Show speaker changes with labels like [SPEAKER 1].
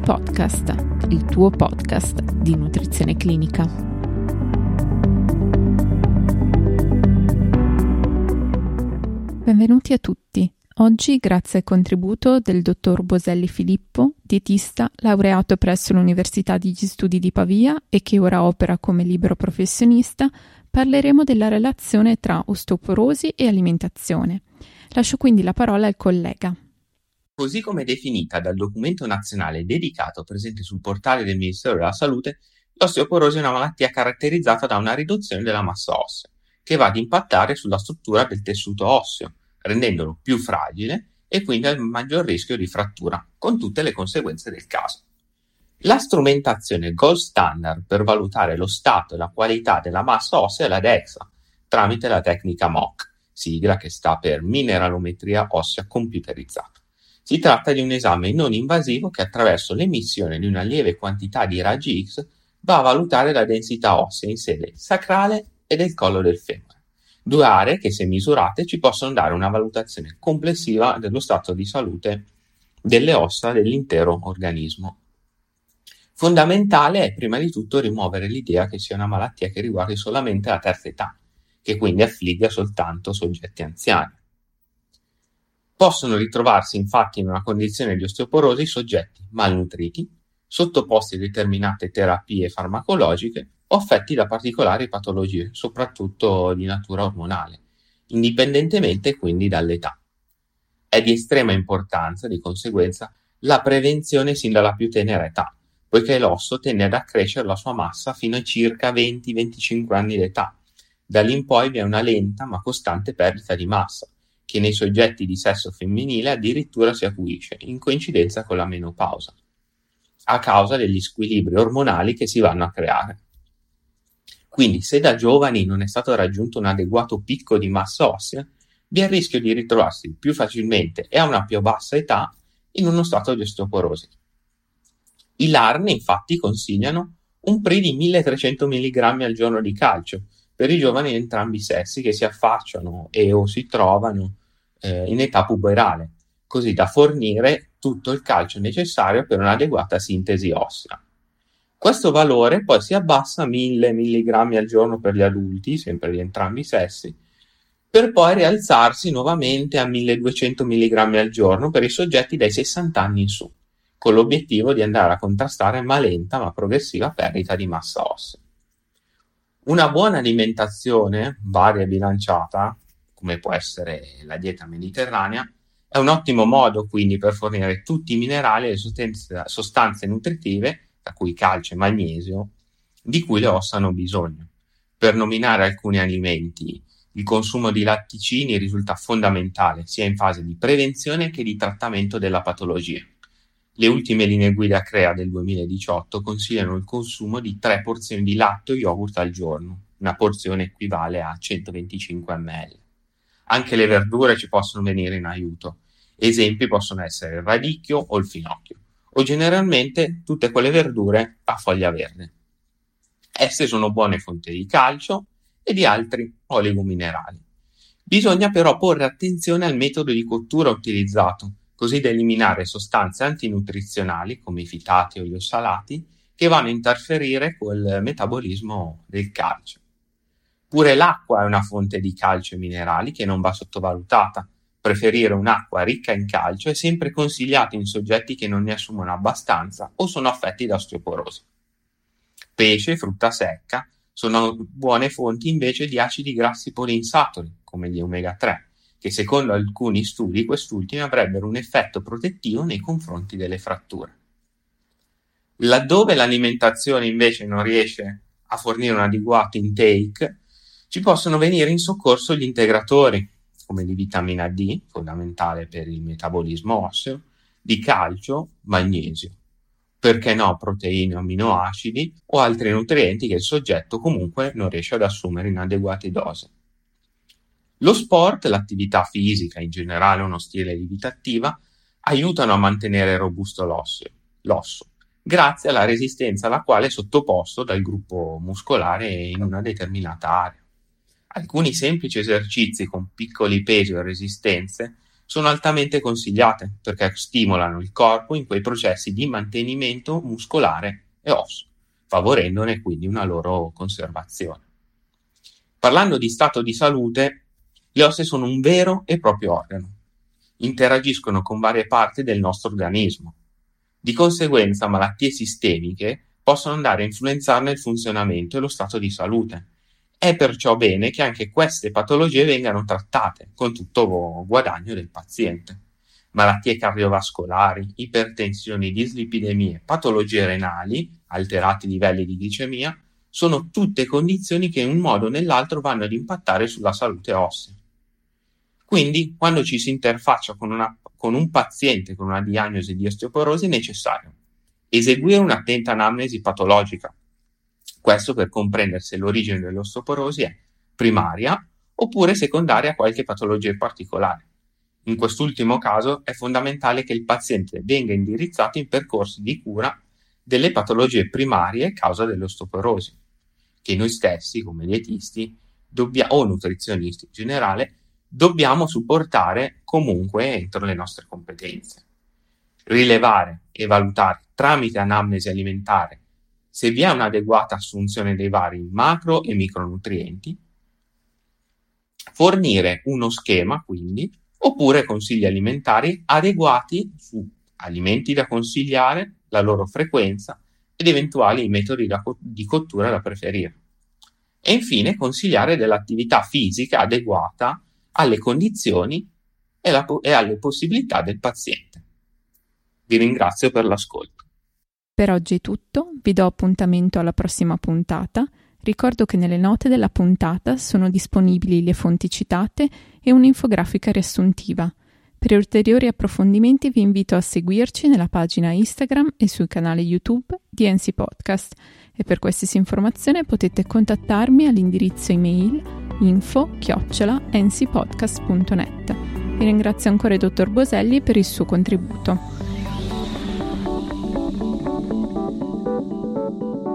[SPEAKER 1] Podcast, il tuo podcast di nutrizione clinica. Benvenuti a tutti. Oggi, grazie al contributo del dottor Boselli Filippo, dietista laureato presso l'Università degli Studi di Pavia e che ora opera come libero professionista, parleremo della relazione tra osteoporosi e alimentazione. Lascio quindi la parola al collega.
[SPEAKER 2] Così come definita dal documento nazionale dedicato presente sul portale del Ministero della Salute, l'osteoporosi è una malattia caratterizzata da una riduzione della massa ossea, che va ad impattare sulla struttura del tessuto osseo, rendendolo più fragile e quindi al maggior rischio di frattura, con tutte le conseguenze del caso. La strumentazione gold standard per valutare lo stato e la qualità della massa ossea è la DEXA, tramite la tecnica MOC, sigla che sta per mineralometria ossea computerizzata. Si tratta di un esame non invasivo che attraverso l'emissione di una lieve quantità di raggi X va a valutare la densità ossea in sede sacrale e del collo del femore. Due aree che, se misurate, ci possono dare una valutazione complessiva dello stato di salute delle ossa dell'intero organismo. Fondamentale è prima di tutto rimuovere l'idea che sia una malattia che riguardi solamente la terza età, che quindi affligga soltanto soggetti anziani. Possono ritrovarsi infatti in una condizione di osteoporosi soggetti malnutriti, sottoposti a determinate terapie farmacologiche o affetti da particolari patologie, soprattutto di natura ormonale, indipendentemente quindi dall'età. È di estrema importanza, di conseguenza, la prevenzione sin dalla più tenera età, poiché l'osso tende ad accrescere la sua massa fino a circa 20-25 anni d'età. Da lì in poi vi è una lenta ma costante perdita di massa, che nei soggetti di sesso femminile addirittura si acuisce, in coincidenza con la menopausa, a causa degli squilibri ormonali che si vanno a creare. Quindi, se da giovani non è stato raggiunto un adeguato picco di massa ossea, vi è il rischio di ritrovarsi più facilmente e a una più bassa età in uno stato di osteoporosi. I LARN infatti consigliano un PRI di 1300 mg al giorno di calcio per i giovani di entrambi i sessi che si affacciano e o si trovano in età puberale, così da fornire tutto il calcio necessario per un'adeguata sintesi ossea. Questo valore poi si abbassa a 1000 mg al giorno per gli adulti, sempre di entrambi i sessi, per poi rialzarsi nuovamente a 1200 mg al giorno per i soggetti dai 60 anni in su, con l'obiettivo di andare a contrastare ma lenta ma progressiva perdita di massa ossea. Una buona alimentazione, varia e bilanciata, come può essere la dieta mediterranea, è un ottimo modo quindi per fornire tutti i minerali e le sostanze nutritive, tra cui calcio e magnesio, di cui le ossa hanno bisogno. Per nominare alcuni alimenti, il consumo di latticini risulta fondamentale sia in fase di prevenzione che di trattamento della patologia. Le ultime linee guida CREA del 2018 consigliano il consumo di 3 porzioni di latte o yogurt al giorno. Una porzione equivale a 125 ml. Anche le verdure ci possono venire in aiuto. Esempi possono essere il radicchio o il finocchio, o generalmente tutte quelle verdure a foglia verde. Esse sono buone fonti di calcio e di altri oligominerali. Bisogna però porre attenzione al metodo di cottura utilizzato, così da eliminare sostanze antinutrizionali come i fitati o gli ossalati che vanno a interferire col metabolismo del calcio. Pure l'acqua è una fonte di calcio e minerali che non va sottovalutata. Preferire un'acqua ricca in calcio è sempre consigliato in soggetti che non ne assumono abbastanza o sono affetti da osteoporosi. Pesce e frutta secca sono buone fonti invece di acidi grassi poliinsaturi, come gli omega 3, che secondo alcuni studi quest'ultimi avrebbero un effetto protettivo nei confronti delle fratture. Laddove l'alimentazione invece non riesce a fornire un adeguato intake, ci possono venire in soccorso gli integratori, come di vitamina D, fondamentale per il metabolismo osseo, di calcio, magnesio, perché no proteine o amminoacidi o altri nutrienti che il soggetto comunque non riesce ad assumere in adeguate dosi. Lo sport, l'attività fisica in generale, uno stile di vita attiva, aiutano a mantenere robusto l'osso, grazie alla resistenza alla quale è sottoposto dal gruppo muscolare in una determinata area. Alcuni semplici esercizi con piccoli pesi o resistenze sono altamente consigliate perché stimolano il corpo in quei processi di mantenimento muscolare e osseo, favorendone quindi una loro conservazione. Parlando di stato di salute, le ossa sono un vero e proprio organo. Interagiscono con varie parti del nostro organismo. Di conseguenza, malattie sistemiche possono andare a influenzarne il funzionamento e lo stato di salute. È perciò bene che anche queste patologie vengano trattate con tutto guadagno del paziente. Malattie cardiovascolari, ipertensioni, dislipidemie, patologie renali, alterati livelli di glicemia, sono tutte condizioni che in un modo o nell'altro vanno ad impattare sulla salute ossea. Quindi, quando ci si interfaccia con un paziente con una diagnosi di osteoporosi, è necessario eseguire un'attenta anamnesi patologica. Questo per comprendere se l'origine dell'osteoporosi è primaria oppure secondaria a qualche patologia in particolare. In quest'ultimo caso è fondamentale che il paziente venga indirizzato in percorsi di cura delle patologie primarie causa dell'osteoporosi, che noi stessi, come dietisti o nutrizionisti in generale, dobbiamo supportare comunque entro le nostre competenze. Rilevare e valutare tramite anamnesi alimentare se vi è un'adeguata assunzione dei vari macro e micronutrienti, fornire uno schema quindi, oppure consigli alimentari adeguati su alimenti da consigliare, la loro frequenza ed eventuali metodi di cottura da preferire. E infine consigliare dell'attività fisica adeguata alle condizioni e alle possibilità del paziente. Vi ringrazio per l'ascolto.
[SPEAKER 1] Per oggi è tutto, vi do appuntamento alla prossima puntata. Ricordo che nelle note della puntata sono disponibili le fonti citate e un'infografica riassuntiva. Per ulteriori approfondimenti vi invito a seguirci nella pagina Instagram e sul canale YouTube di NC Podcast e per qualsiasi informazione potete contattarmi all'indirizzo email info@ncpodcast.net. Vi ringrazio ancora il dottor Boselli per il suo contributo.